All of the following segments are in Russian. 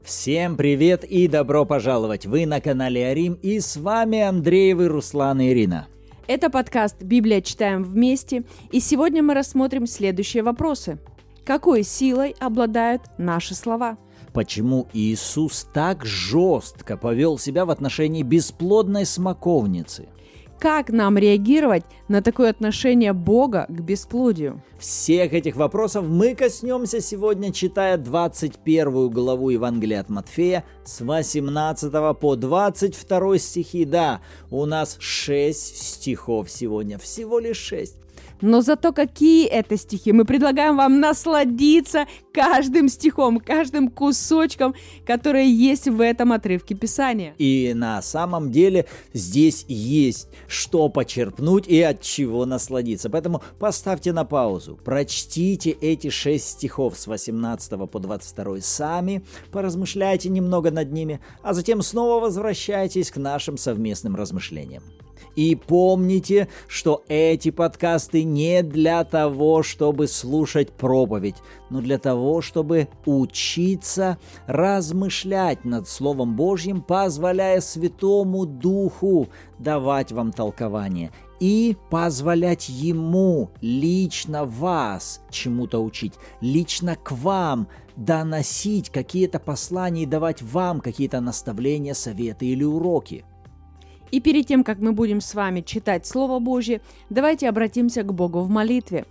Всем привет и добро пожаловать! Вы на канале Арим, и с вами Андреевы Руслан и Ирина. Это подкаст «Библия. Читаем вместе», и сегодня мы рассмотрим следующие вопросы. Какой силой обладают наши слова? Почему Иисус так жестко повел себя в отношении бесплодной смоковницы? Как нам реагировать на такое отношение Бога к бесплодию? Всех этих вопросов мы коснемся сегодня, читая 21 главу Евангелия от Матфея с 18 по 22 стихи. Да, у нас 6 стихов сегодня, всего лишь 6. Но зато какие это стихи! Мы предлагаем вам насладиться каждым стихом, каждым кусочком, которые есть в этом отрывке Писания. И на самом деле здесь есть что почерпнуть и от чего насладиться. Поэтому поставьте на паузу, прочтите эти 6 стихов с 18 по 22 сами, поразмышляйте немного над ними, а затем снова возвращайтесь к нашим совместным размышлениям. И помните, что эти подкасты не для того, чтобы слушать проповедь, но для того, чтобы учиться размышлять над Словом Божьим, позволяя Святому Духу давать вам толкование и позволять Ему лично вас чему-то учить, лично к вам доносить какие-то послания и давать вам какие-то наставления, советы или уроки. И перед тем, как мы будем с вами читать Слово Божье, давайте обратимся к Богу в молитве.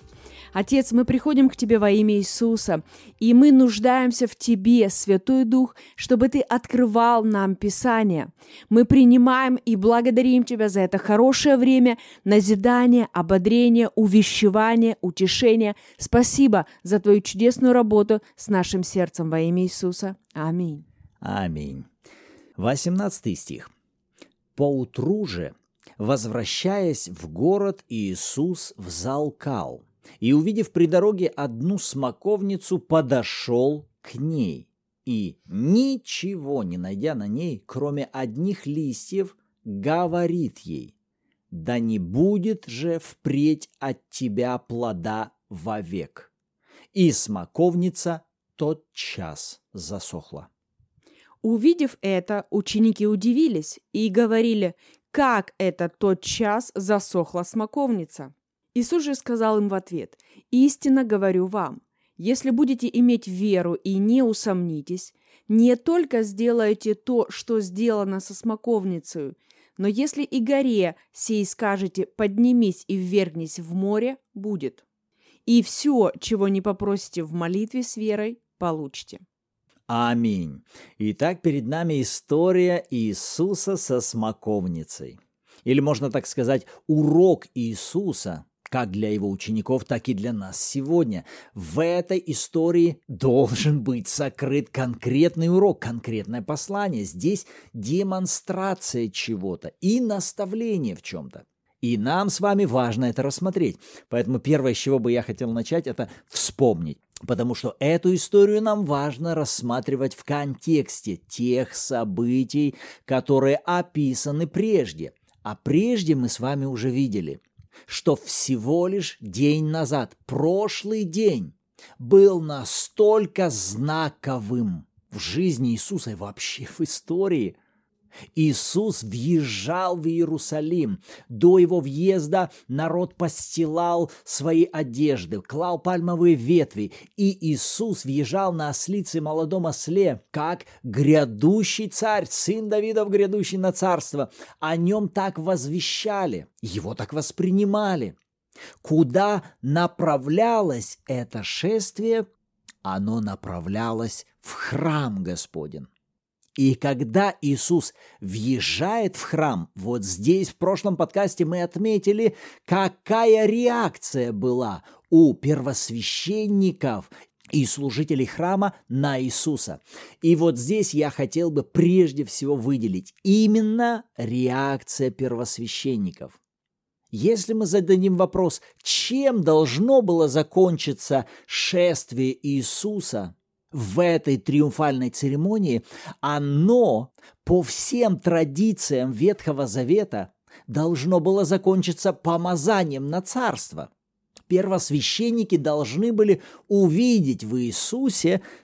Отец, мы приходим к Тебе во имя Иисуса, и мы нуждаемся в Тебе, Святой Дух, чтобы Ты открывал нам Писание. Мы принимаем и благодарим Тебя за это хорошее время, назидание, ободрение, увещевание, утешение. Спасибо за Твою чудесную работу с нашим сердцем во имя Иисуса. Аминь. Аминь. 18 стих. «Поутру же, возвращаясь в город, Иисус взалкал, и, увидев при дороге одну смоковницу, подошел к ней, и, ничего не найдя на ней, кроме одних листьев, говорит ей: да не будет же впредь от тебя плода вовек. И смоковница тотчас засохла». Увидев это, ученики удивились и говорили: «Как это тотчас засохла смоковница?» Иисус же сказал им в ответ: «Истинно говорю вам, если будете иметь веру и не усомнитесь, не только сделаете то, что сделано со смоковницей, но если и горе сей скажете: поднимись и ввергнись в море, будет. И все, чего не попросите в молитве с верой, получите». Аминь. Итак, перед нами история Иисуса со смоковницей. Или, можно так сказать, урок Иисуса, как для его учеников, так и для нас сегодня. В этой истории должен быть сокрыт конкретный урок, конкретное послание. Здесь демонстрация чего-то и наставление в чем-то. И нам с вами важно это рассмотреть. Поэтому первое, с чего бы я хотел начать, это вспомнить. Потому что эту историю нам важно рассматривать в контексте тех событий, которые описаны прежде. А прежде мы с вами уже видели, что всего лишь день назад, прошлый день, был настолько знаковым в жизни Иисуса и вообще в истории. Иисус въезжал в Иерусалим. До его въезда народ постилал свои одежды, клал пальмовые ветви. И Иисус въезжал на ослице молодом осле, как грядущий царь, сын Давидов, грядущий на царство. О нем так возвещали, его так воспринимали. Куда направлялось это шествие? Оно направлялось в храм Господень. И когда Иисус въезжает в храм, вот здесь в прошлом подкасте мы отметили, какая реакция была у первосвященников и служителей храма на Иисуса. И вот здесь я хотел бы прежде всего выделить именно реакция первосвященников. Если мы зададим вопрос, чем должно было закончиться шествие Иисуса в этой триумфальной церемонии, оно по всем традициям Ветхого Завета должно было закончиться помазанием на царство. Первосвященники должны были увидеть в Иисусе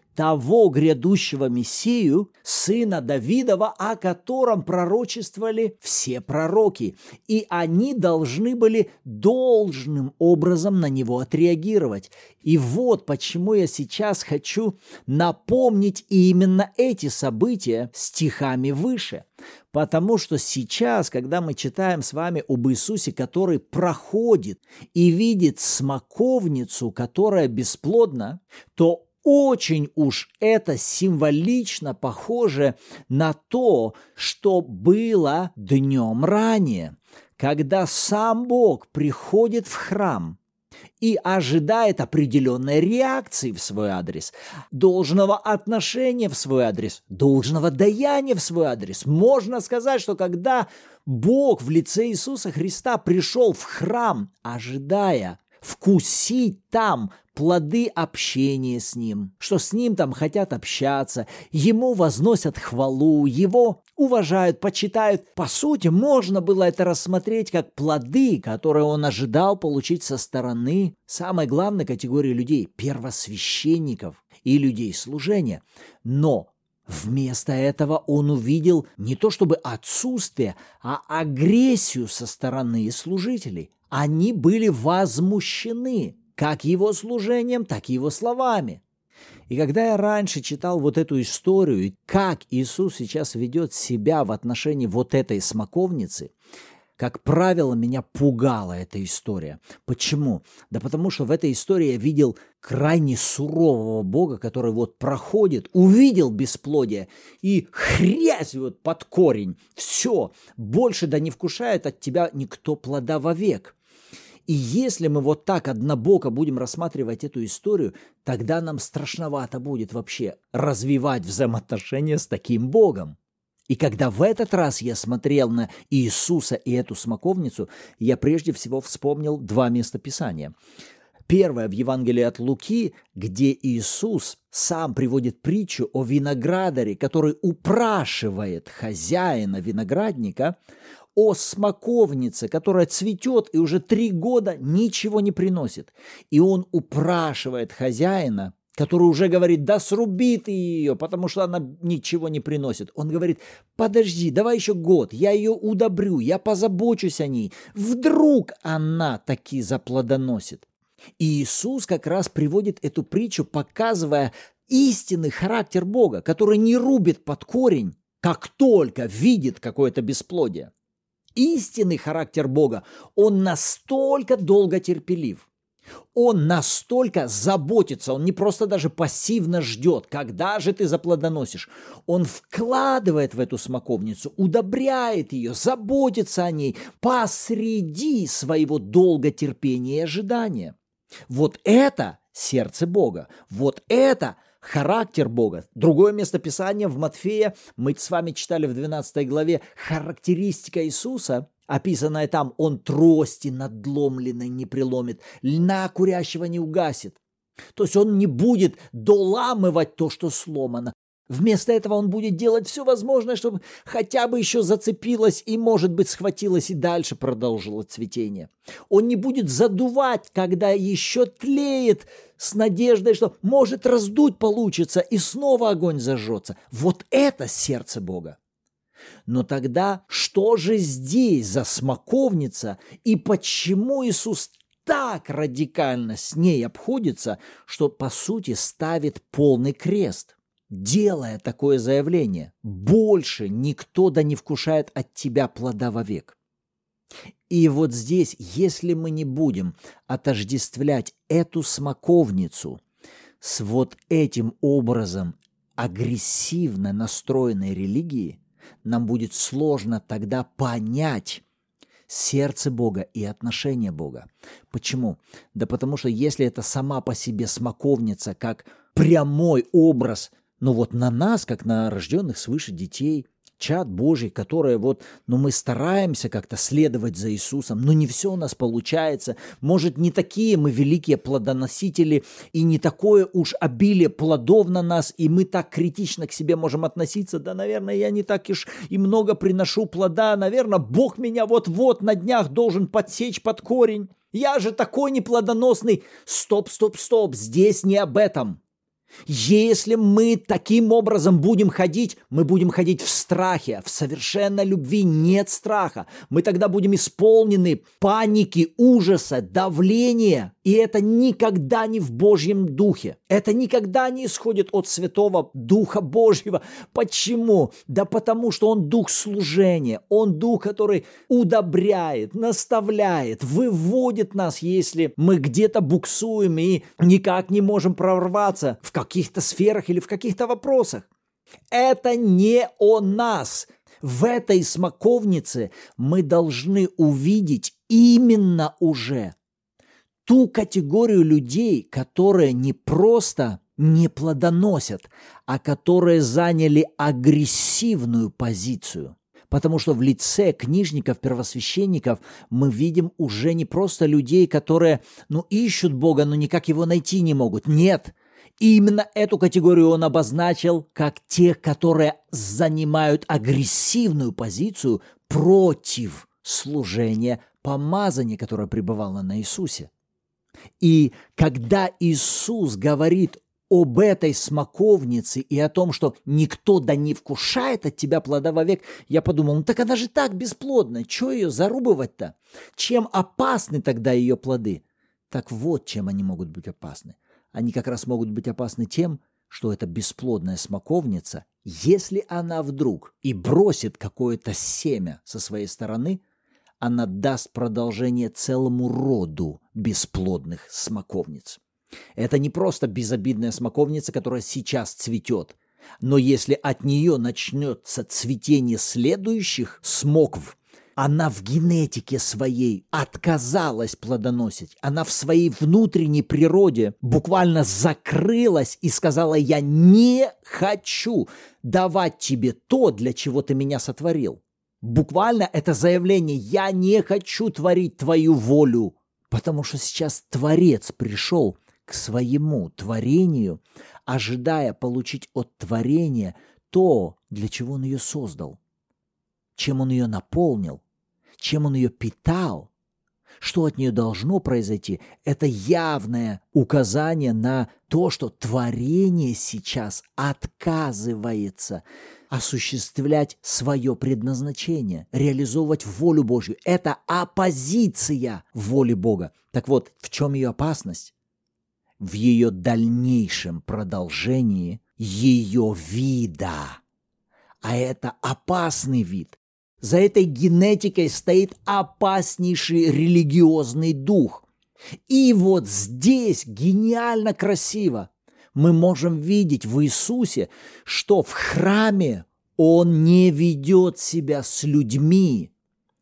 того грядущего Мессию, сына Давидова, о котором пророчествовали все пророки. И они должны были должным образом на него отреагировать. И вот почему я сейчас хочу напомнить именно эти события стихами выше. Потому что сейчас, когда мы читаем с вами об Иисусе, который проходит и видит смоковницу, которая бесплодна, то очень уж это символично похоже на то, что было днем ранее, когда сам Бог приходит в храм и ожидает определенной реакции в свой адрес, должного отношения в свой адрес, должного даяния в свой адрес. Можно сказать, что когда Бог в лице Иисуса Христа пришел в храм, ожидая вкусить там плоды общения с Ним, что с Ним там хотят общаться, Ему возносят хвалу, Его уважают, почитают. По сути, можно было это рассмотреть как плоды, которые Он ожидал получить со стороны самой главной категории людей – первосвященников и людей служения. Но вместо этого он увидел не то чтобы отсутствие, а агрессию со стороны служителей. Они были возмущены как его служением, так и его словами. И когда я раньше читал вот эту историю, и как Иисус сейчас ведет себя в отношении вот этой смоковницы, как правило, меня пугала эта история. Почему? Да потому что в этой истории я видел крайне сурового Бога, который вот проходит, увидел бесплодие и хрясь вот под корень. Все, больше да не вкушает от тебя никто плода вовек. И если мы вот так однобоко будем рассматривать эту историю, тогда нам страшновато будет вообще развивать взаимоотношения с таким Богом. И когда в этот раз я смотрел на Иисуса и эту смоковницу, я прежде всего вспомнил два местописания. Первое в Евангелии от Луки, где Иисус сам приводит притчу о виноградаре, который упрашивает хозяина виноградника о смоковнице, которая цветет и уже 3 года ничего не приносит. И он упрашивает хозяина, который уже говорит: да сруби ты ее, потому что она ничего не приносит. Он говорит: подожди, давай еще год, я ее удобрю, я позабочусь о ней. Вдруг она таки заплодоносит. И Иисус как раз приводит эту притчу, показывая истинный характер Бога, который не рубит под корень, как только видит какое-то бесплодие. Истинный характер Бога, он настолько долго терпелив, он настолько заботится, он не просто даже пассивно ждет, когда же ты заплодоносишь. Он вкладывает в эту смоковницу, удобряет ее, заботится о ней посреди своего долготерпения и ожидания. Вот это сердце Бога, вот это характер Бога. Другое местописание в Матфея, мы с вами читали в 12 главе, характеристика Иисуса, описанная там: он трости надломленной не преломит, льна курящего не угасит. То есть он не будет доламывать то, что сломано. Вместо этого он будет делать все возможное, чтобы хотя бы еще зацепилось и, может быть, схватилось и дальше продолжило цветение. Он не будет задувать, когда еще тлеет, с надеждой, что может раздуть получится и снова огонь зажжется. Вот это сердце Бога. Но тогда что же здесь за смоковница и почему Иисус так радикально с ней обходится, что по сути ставит полный крест? Делая такое заявление: больше никто да не вкушает от тебя плода вовек. И вот здесь, если мы не будем отождествлять эту смоковницу с вот этим образом агрессивно настроенной религии, нам будет сложно тогда понять сердце Бога и отношение Бога. Почему? Да потому что если это сама по себе смоковница как прямой образ, вот на нас, как на рожденных свыше детей, чад Божий, которые мы стараемся как-то следовать за Иисусом, но не все у нас получается. Может, не такие мы великие плодоносители, и не такое уж обилие плодов на нас, и мы так критично к себе можем относиться. Да, наверное, я не так уж и много приношу плода. Наверное, Бог меня вот-вот на днях должен подсечь под корень. Я же такой неплодоносный. Стоп, здесь не об этом. Если мы таким образом будем ходить, мы будем ходить в страхе. В совершенной любви нет страха. Мы тогда будем исполнены паники, ужаса, давления. И это никогда не в Божьем Духе. Это никогда не исходит от Святого Духа Божьего. Почему? Да потому что Он Дух служения. Он Дух, который удобряет, наставляет, выводит нас, если мы где-то буксуем и никак не можем прорваться в каких-то сферах или в каких-то вопросах. Это не о нас. В этой смоковнице мы должны увидеть именно уже ту категорию людей, которые не просто не плодоносят, а которые заняли агрессивную позицию. Потому что в лице книжников, первосвященников мы видим уже не просто людей, которые, ищут Бога, но никак его найти не могут. Нет, именно эту категорию он обозначил как тех, которые занимают агрессивную позицию против служения помазания, которое пребывало на Иисусе. И когда Иисус говорит об этой смоковнице и о том, что никто да не вкушает от тебя плода вовек, я подумал, так она же так бесплодна, что ее зарубывать-то? Чем опасны тогда ее плоды? Так вот, чем они могут быть опасны. Они как раз могут быть опасны тем, что эта бесплодная смоковница, если она вдруг и бросит какое-то семя со своей стороны, она даст продолжение целому роду бесплодных смоковниц. Это не просто безобидная смоковница, которая сейчас цветет, но если от нее начнется цветение следующих смокв, она в генетике своей отказалась плодоносить. Она в своей внутренней природе буквально закрылась и сказала: «Я не хочу давать тебе то, для чего ты меня сотворил». Буквально это заявление: «Я не хочу творить твою волю», потому что сейчас Творец пришел к своему творению, ожидая получить от творения то, для чего он ее создал, чем он ее наполнил, чем он ее питал. Что от нее должно произойти? Это явное указание на то, что творение сейчас отказывается осуществлять свое предназначение, реализовывать волю Божью. Это оппозиция воле Бога. Так вот, в чем ее опасность? В ее дальнейшем продолжении ее вида. А это опасный вид. За этой генетикой стоит опаснейший религиозный дух. И вот здесь гениально красиво мы можем видеть в Иисусе, что в храме Он не ведет себя с людьми,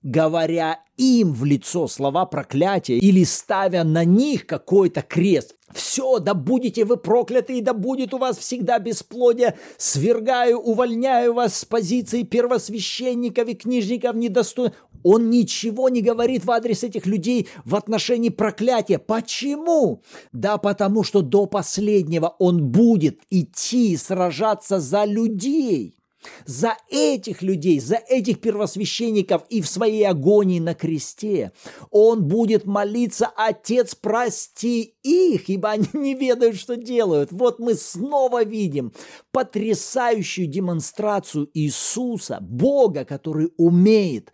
говоря им в лицо слова проклятия или ставя на них какой-то крест. «Все, да будете вы прокляты, и да будет у вас всегда бесплодие. Свергаю, увольняю вас с позиции первосвященников и книжников недостойных». Он ничего не говорит в адрес этих людей в отношении проклятия. Почему? Да потому что до последнего он будет идти и сражаться за людей. За этих людей, за этих первосвященников, и в своей агонии на кресте он будет молиться: «Отец, прости их, ибо они не ведают, что делают». Вот мы снова видим потрясающую демонстрацию Иисуса, Бога, который умеет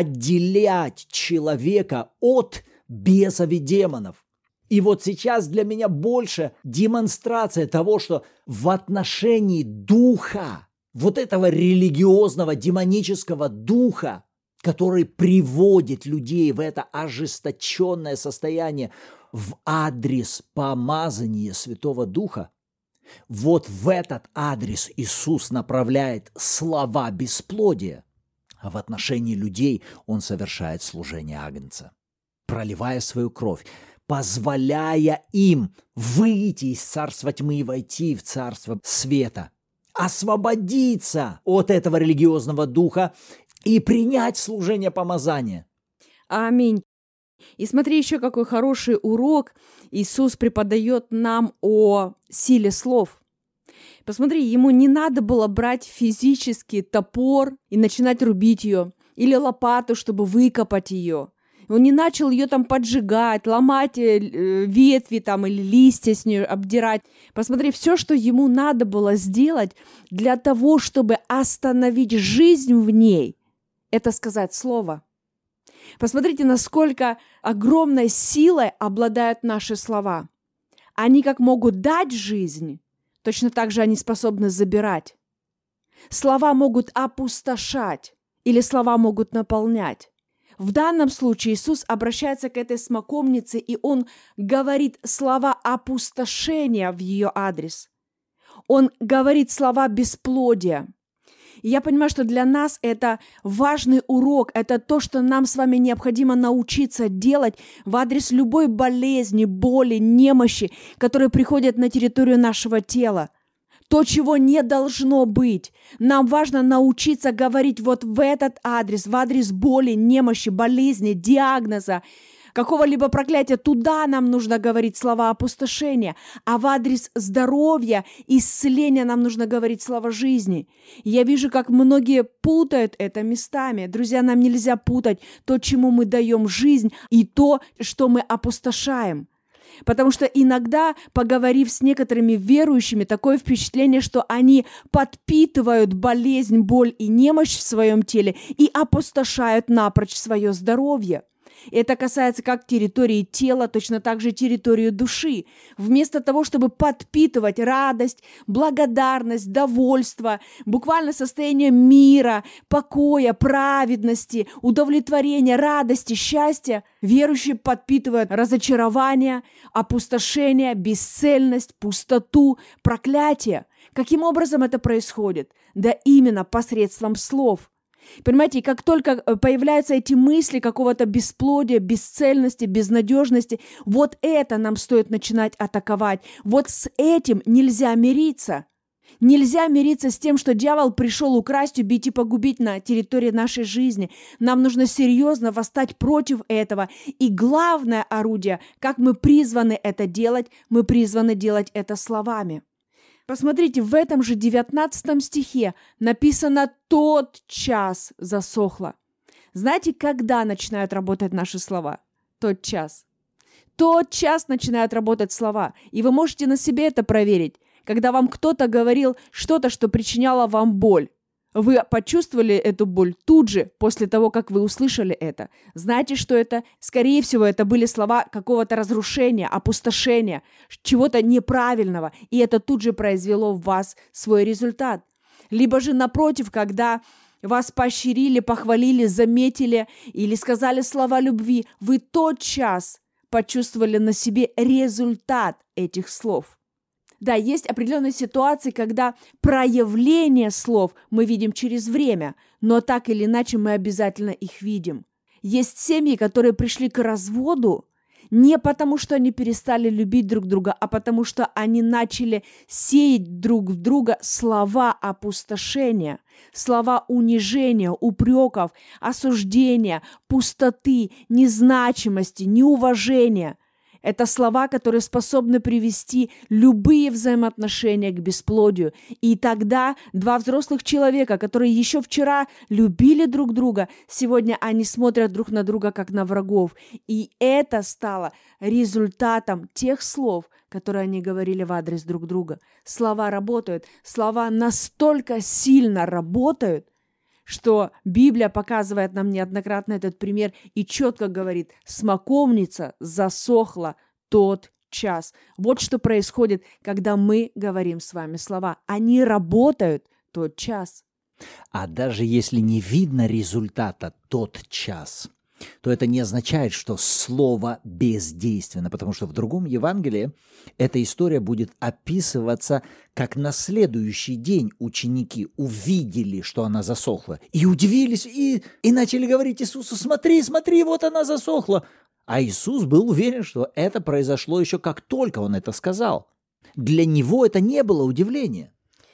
отделять человека от бесов и демонов. И вот сейчас для меня больше демонстрация того, что в отношении духа, вот этого религиозного, демонического духа, который приводит людей в это ожесточенное состояние в адрес помазания Святого Духа, вот в этот адрес Иисус направляет слова бесплодия, а в отношении людей Он совершает служение Агнца, проливая свою кровь, позволяя им выйти из царства тьмы и войти в царство света, освободиться от этого религиозного духа и принять служение помазания. Аминь. И смотри, еще какой хороший урок Иисус преподает нам о силе слов. Посмотри, ему не надо было брать физический топор и начинать рубить ее, или лопату, чтобы выкопать ее. Он не начал ее там поджигать, ломать ветви там или листья с нее обдирать. Посмотри, все, что ему надо было сделать для того, чтобы остановить жизнь в ней, это сказать слово. Посмотрите, насколько огромной силой обладают наши слова. Они как могут дать жизнь, точно так же они способны забирать. Слова могут опустошать или слова могут наполнять. В данном случае Иисус обращается к этой смоковнице, и Он говорит слова опустошения в ее адрес. Он говорит слова бесплодия. И я понимаю, что для нас это важный урок, это то, что нам с вами необходимо научиться делать в адрес любой болезни, боли, немощи, которые приходят на территорию нашего тела. То, чего не должно быть. Нам важно научиться говорить вот в этот адрес, в адрес боли, немощи, болезни, диагноза, какого-либо проклятия. Туда нам нужно говорить слова опустошения, а в адрес здоровья, исцеления нам нужно говорить слова жизни. Я вижу, как многие путают это местами. Друзья, нам нельзя путать то, чему мы даем жизнь, и то, что мы опустошаем. Потому что иногда, поговорив с некоторыми верующими, такое впечатление, что они подпитывают болезнь, боль и немощь в своем теле и опустошают напрочь свое здоровье. Это касается как территории тела, точно так же территории души. Вместо того, чтобы подпитывать радость, благодарность, довольство, буквально состояние мира, покоя, праведности, удовлетворения, радости, счастья, верующие подпитывают разочарование, опустошение, бесцельность, пустоту, проклятие. Каким образом это происходит? Да именно посредством слов. Понимаете, как только появляются эти мысли какого-то бесплодия, бесцельности, безнадежности, вот это нам стоит начинать атаковать. Вот с этим нельзя мириться. Нельзя мириться с тем, что дьявол пришел украсть, убить и погубить на территории нашей жизни. Нам нужно серьезно восстать против этого. И главное орудие, как мы призваны это делать, мы призваны делать это словами. Посмотрите, в этом же 19 стихе написано «тот час засохло». Знаете, когда начинают работать наши слова? Тот час. Тот час начинают работать слова. И вы можете на себе это проверить. Когда вам кто-то говорил что-то, что причиняло вам боль, вы почувствовали эту боль тут же, после того, как вы услышали это. Знаете, что это? Скорее всего, это были слова какого-то разрушения, опустошения, чего-то неправильного, и это тут же произвело в вас свой результат. Либо же, напротив, когда вас поощрили, похвалили, заметили или сказали слова любви, вы тотчас почувствовали на себе результат этих слов. Да, есть определенные ситуации, когда проявление слов мы видим через время, но так или иначе мы обязательно их видим. Есть семьи, которые пришли к разводу не потому, что они перестали любить друг друга, а потому что они начали сеять друг в друга слова опустошения, слова унижения, упреков, осуждения, пустоты, незначимости, неуважения. Это слова, которые способны привести любые взаимоотношения к бесплодию. И тогда два взрослых человека, которые еще вчера любили друг друга, сегодня они смотрят друг на друга как на врагов. И это стало результатом тех слов, которые они говорили в адрес друг друга. Слова работают. Слова настолько сильно работают, что Библия показывает нам неоднократно этот пример и четко говорит: смоковница засохла тот час. Вот что происходит, когда мы говорим с вами слова. Они работают тот час. А даже если не видно результата тот час, то это не означает, что слово бездейственно, потому что в другом Евангелии эта история будет описываться, как на следующий день ученики увидели, что она засохла, и удивились, и начали говорить Иисусу: смотри, смотри, вот она засохла. А Иисус был уверен, что это произошло еще как только он это сказал. Для него это не было удивления.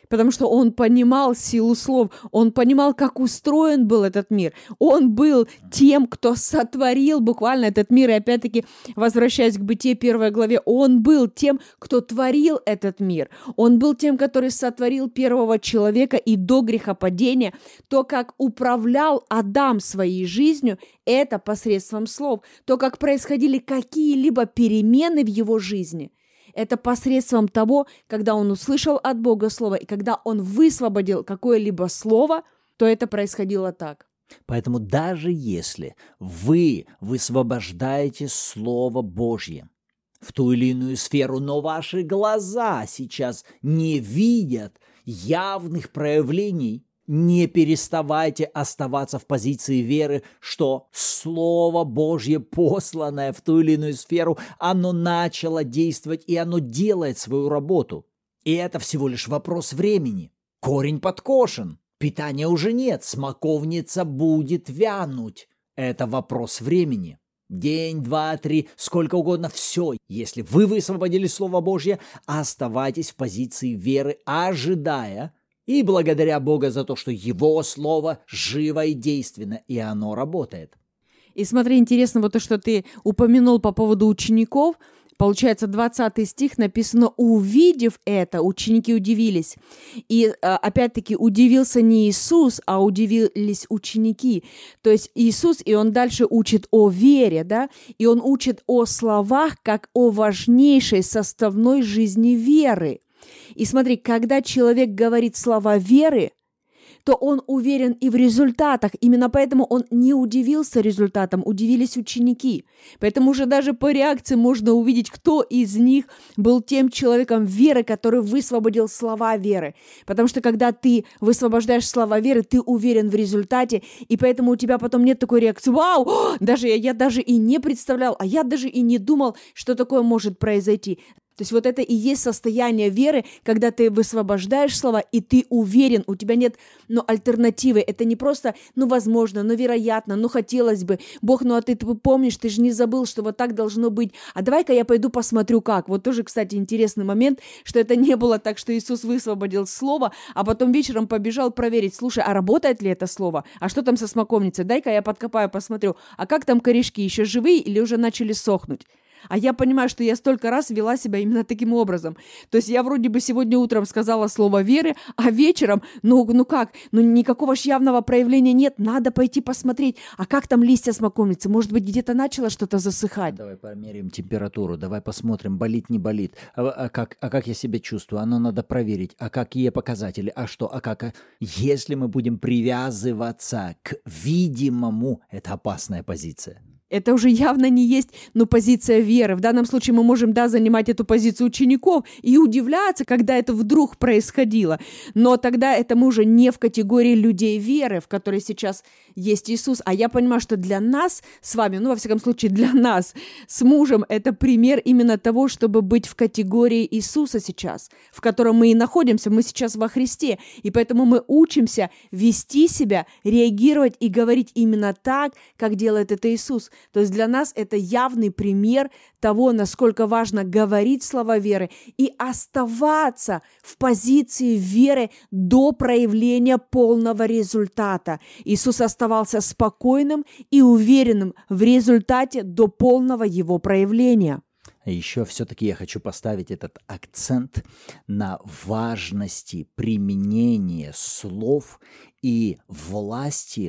Потому что он понимал силу слов, он понимал, как устроен был этот мир. Он был тем, кто сотворил буквально этот мир. И опять-таки, возвращаясь к Бытие 1 главе, он был тем, кто творил этот мир. Он был тем, который сотворил первого человека, и до грехопадения то, как управлял Адам своей жизнью, это посредством слов. То, как происходили какие-либо перемены в его жизни, это посредством того, когда он услышал от Бога слово, и когда он высвободил какое-либо слово, то это происходило так. Поэтому даже если вы высвобождаете Слово Божье в ту или иную сферу, но ваши глаза сейчас не видят явных проявлений, не переставайте оставаться в позиции веры, что Слово Божье, посланное в ту или иную сферу, оно начало действовать, и оно делает свою работу. И это всего лишь вопрос времени. Корень подкошен, питания уже нет, смоковница будет вянуть. Это вопрос времени. День, 2, 3, сколько угодно, все. Если вы высвободили Слово Божье, оставайтесь в позиции веры, ожидая, и благодаря Бога за то, что Его Слово живо и действенно, и оно работает. И смотри, интересно, вот то, что ты упомянул по поводу учеников, получается, 20 стих написано: «Увидев это, ученики удивились». И опять-таки удивился не Иисус, а удивились ученики. То есть Иисус, и Он дальше учит о вере, да, и Он учит о словах, как о важнейшей составной жизни веры. И смотри, когда человек говорит слова веры, то он уверен и в результатах. Именно поэтому он не удивился результатам, удивились ученики. Поэтому уже даже по реакции можно увидеть, кто из них был тем человеком веры, который высвободил слова веры. Потому что когда ты высвобождаешь слова веры, ты уверен в результате, и поэтому у тебя потом нет такой реакции: «Вау! Даже я даже и не представлял, а я даже и не думал, что такое может произойти». То есть вот это и есть состояние веры, когда ты высвобождаешь слова, и ты уверен, у тебя нет, альтернативы. Это не просто, возможно, вероятно, хотелось бы. Бог, а ты помнишь, ты же не забыл, что вот так должно быть. А давай-ка я пойду посмотрю, как. Вот тоже, кстати, интересный момент, что это не было так, что Иисус высвободил слово, а потом вечером побежал проверить: слушай, а работает ли это слово? А что там со смоковницей? Дай-ка я подкопаю, посмотрю. А как там корешки, еще живые или уже начали сохнуть? А я понимаю, что я столько раз вела себя именно таким образом. То есть я вроде бы сегодня утром сказала слово веры, а вечером, никакого ж явного проявления нет, надо пойти посмотреть, а как там листья смоковницы, может быть, где-то начало что-то засыхать. Давай померяем температуру, давай посмотрим, болит, не болит, а как я себя чувствую, оно надо проверить, а какие показатели, а что, а как. Если мы будем привязываться к видимому, это опасная позиция. Это уже явно не есть, позиция веры. В данном случае мы можем, занимать эту позицию учеников и удивляться, когда это вдруг происходило. Но тогда это мы уже не в категории людей веры, в которой сейчас есть Иисус. А я понимаю, что для нас с вами, во всяком случае для нас с мужем, это пример именно того, чтобы быть в категории Иисуса сейчас, в котором мы и находимся. Мы сейчас во Христе. И поэтому мы учимся вести себя, реагировать и говорить именно так, как делает это Иисус. То есть для нас это явный пример того, насколько важно говорить слова веры и оставаться в позиции веры до проявления полного результата. Иисус оставался спокойным и уверенным в результате до полного его проявления. Еще все-таки я хочу поставить этот акцент на важности применения слов и власти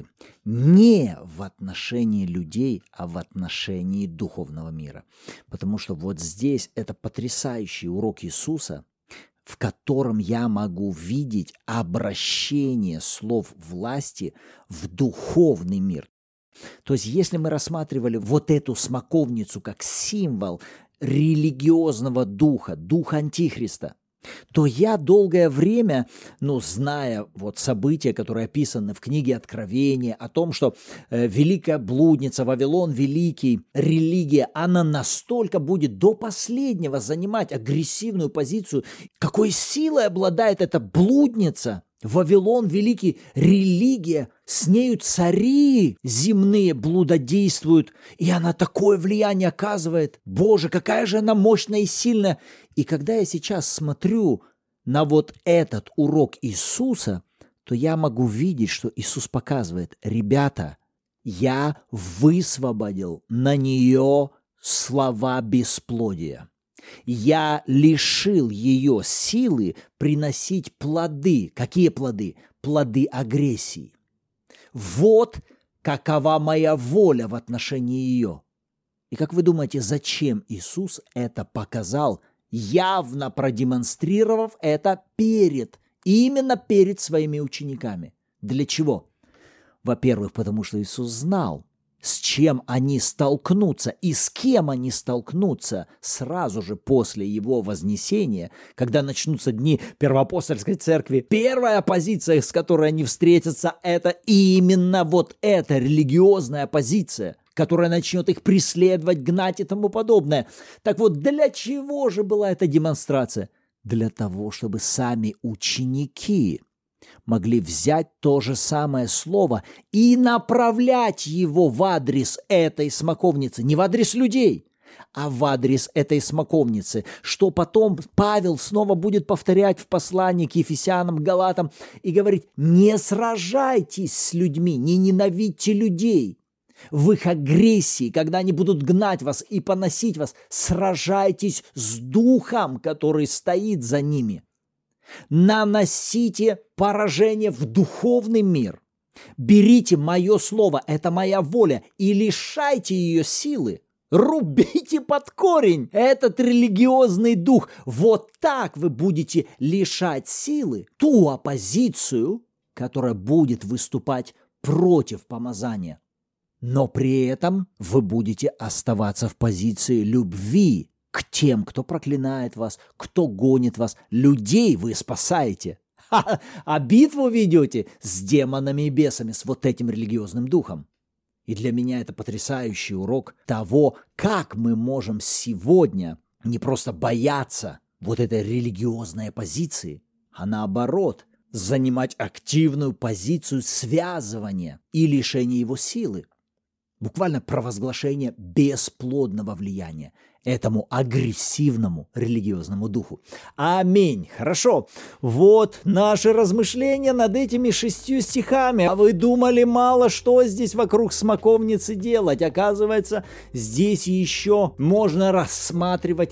не в отношении людей, а в отношении духовного мира. Потому что вот здесь это потрясающий урок Иисуса, в котором я могу видеть обращение слов власти в духовный мир. То есть если мы рассматривали вот эту смоковницу как символ религиозного духа, духа Антихриста, то я долгое время, зная события, которые описаны в книге Откровения, о том, что великая блудница, Вавилон Великий, религия, она настолько будет до последнего занимать агрессивную позицию, какой силой обладает эта блудница, Вавилон Великий, религия, с нею цари земные блудодействуют, и она такое влияние оказывает. Боже, какая же она мощная и сильная! И когда я сейчас смотрю на вот этот урок Иисуса, то я могу видеть, что Иисус показывает: ребята, я высвободил на нее слова бесплодия. Я лишил ее силы приносить плоды. Какие плоды? Плоды агрессии. Вот какова моя воля в отношении ее. И как вы думаете, зачем Иисус это показал, явно продемонстрировав это именно перед своими учениками? Для чего? Во-первых, потому что Иисус знал, с чем они столкнутся и с кем они столкнутся сразу же после Его вознесения, когда начнутся дни Первоапостольской церкви. Первая оппозиция, с которой они встретятся, это именно вот эта религиозная оппозиция, которая начнет их преследовать, гнать и тому подобное. Так вот, для чего же была эта демонстрация? Для того, чтобы сами ученики могли взять то же самое слово и направлять его в адрес этой смоковницы, не в адрес людей, а в адрес этой смоковницы, что потом Павел снова будет повторять в послании к Ефесянам, Галатам и говорить: не сражайтесь с людьми, не ненавидьте людей. В их агрессии, когда они будут гнать вас и поносить вас, сражайтесь с духом, который стоит за ними. Наносите поражение в духовный мир. Берите мое слово, это моя воля, и лишайте ее силы. Рубите под корень этот религиозный дух. Вот так вы будете лишать силы ту оппозицию, которая будет выступать против помазания. Но при этом вы будете оставаться в позиции любви к тем, кто проклинает вас, кто гонит вас. Людей вы спасаете. А битву ведете с демонами и бесами, с вот этим религиозным духом. И для меня это потрясающий урок того, как мы можем сегодня не просто бояться вот этой религиозной позиции, а наоборот, занимать активную позицию связывания и лишения его силы. Буквально провозглашение бесплодного влияния этому агрессивному религиозному духу. Аминь. Хорошо. Вот наши размышления над этими 6 стихами. А вы думали, мало что здесь вокруг смоковницы делать? Оказывается, здесь еще можно рассматривать,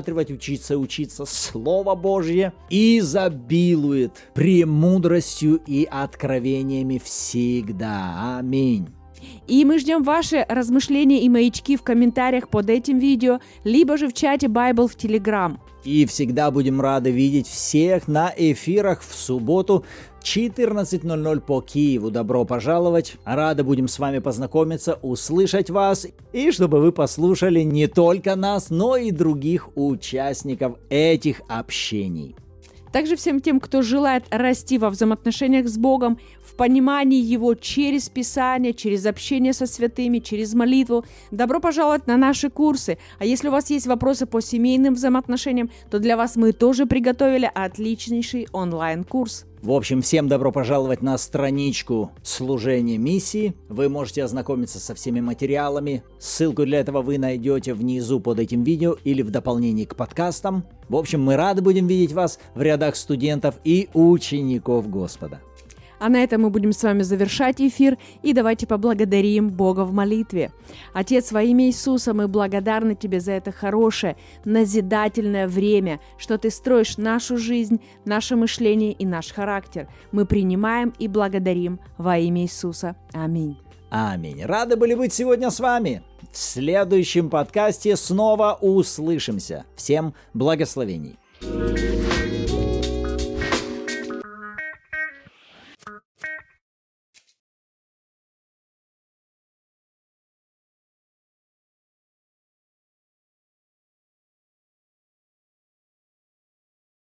учиться. Слово Божье изобилует премудростью и откровениями всегда. Аминь. И мы ждем ваши размышления и маячки в комментариях под этим видео, либо же в чате Bible в Telegram. И всегда будем рады видеть всех на эфирах в субботу 14:00 по Киеву. Добро пожаловать. Рады будем с вами познакомиться, услышать вас, и чтобы вы послушали не только нас, но и других участников этих общений. Также всем тем, кто желает расти во взаимоотношениях с Богом, в понимании Его через Писание, через общение со святыми, через молитву, добро пожаловать на наши курсы. А если у вас есть вопросы по семейным взаимоотношениям, то для вас мы тоже приготовили отличнейший онлайн-курс. В общем, всем добро пожаловать на страничку «Служение миссии». Вы можете ознакомиться со всеми материалами. Ссылку для этого вы найдете внизу под этим видео или в дополнении к подкастам. В общем, мы рады будем видеть вас в рядах студентов и учеников Господа. А на этом мы будем с вами завершать эфир, и давайте поблагодарим Бога в молитве. Отец, во имя Иисуса, мы благодарны Тебе за это хорошее, назидательное время, что Ты строишь нашу жизнь, наше мышление и наш характер. Мы принимаем и благодарим во имя Иисуса. Аминь. Аминь. Рады были быть сегодня с вами. В следующем подкасте снова услышимся. Всем благословений.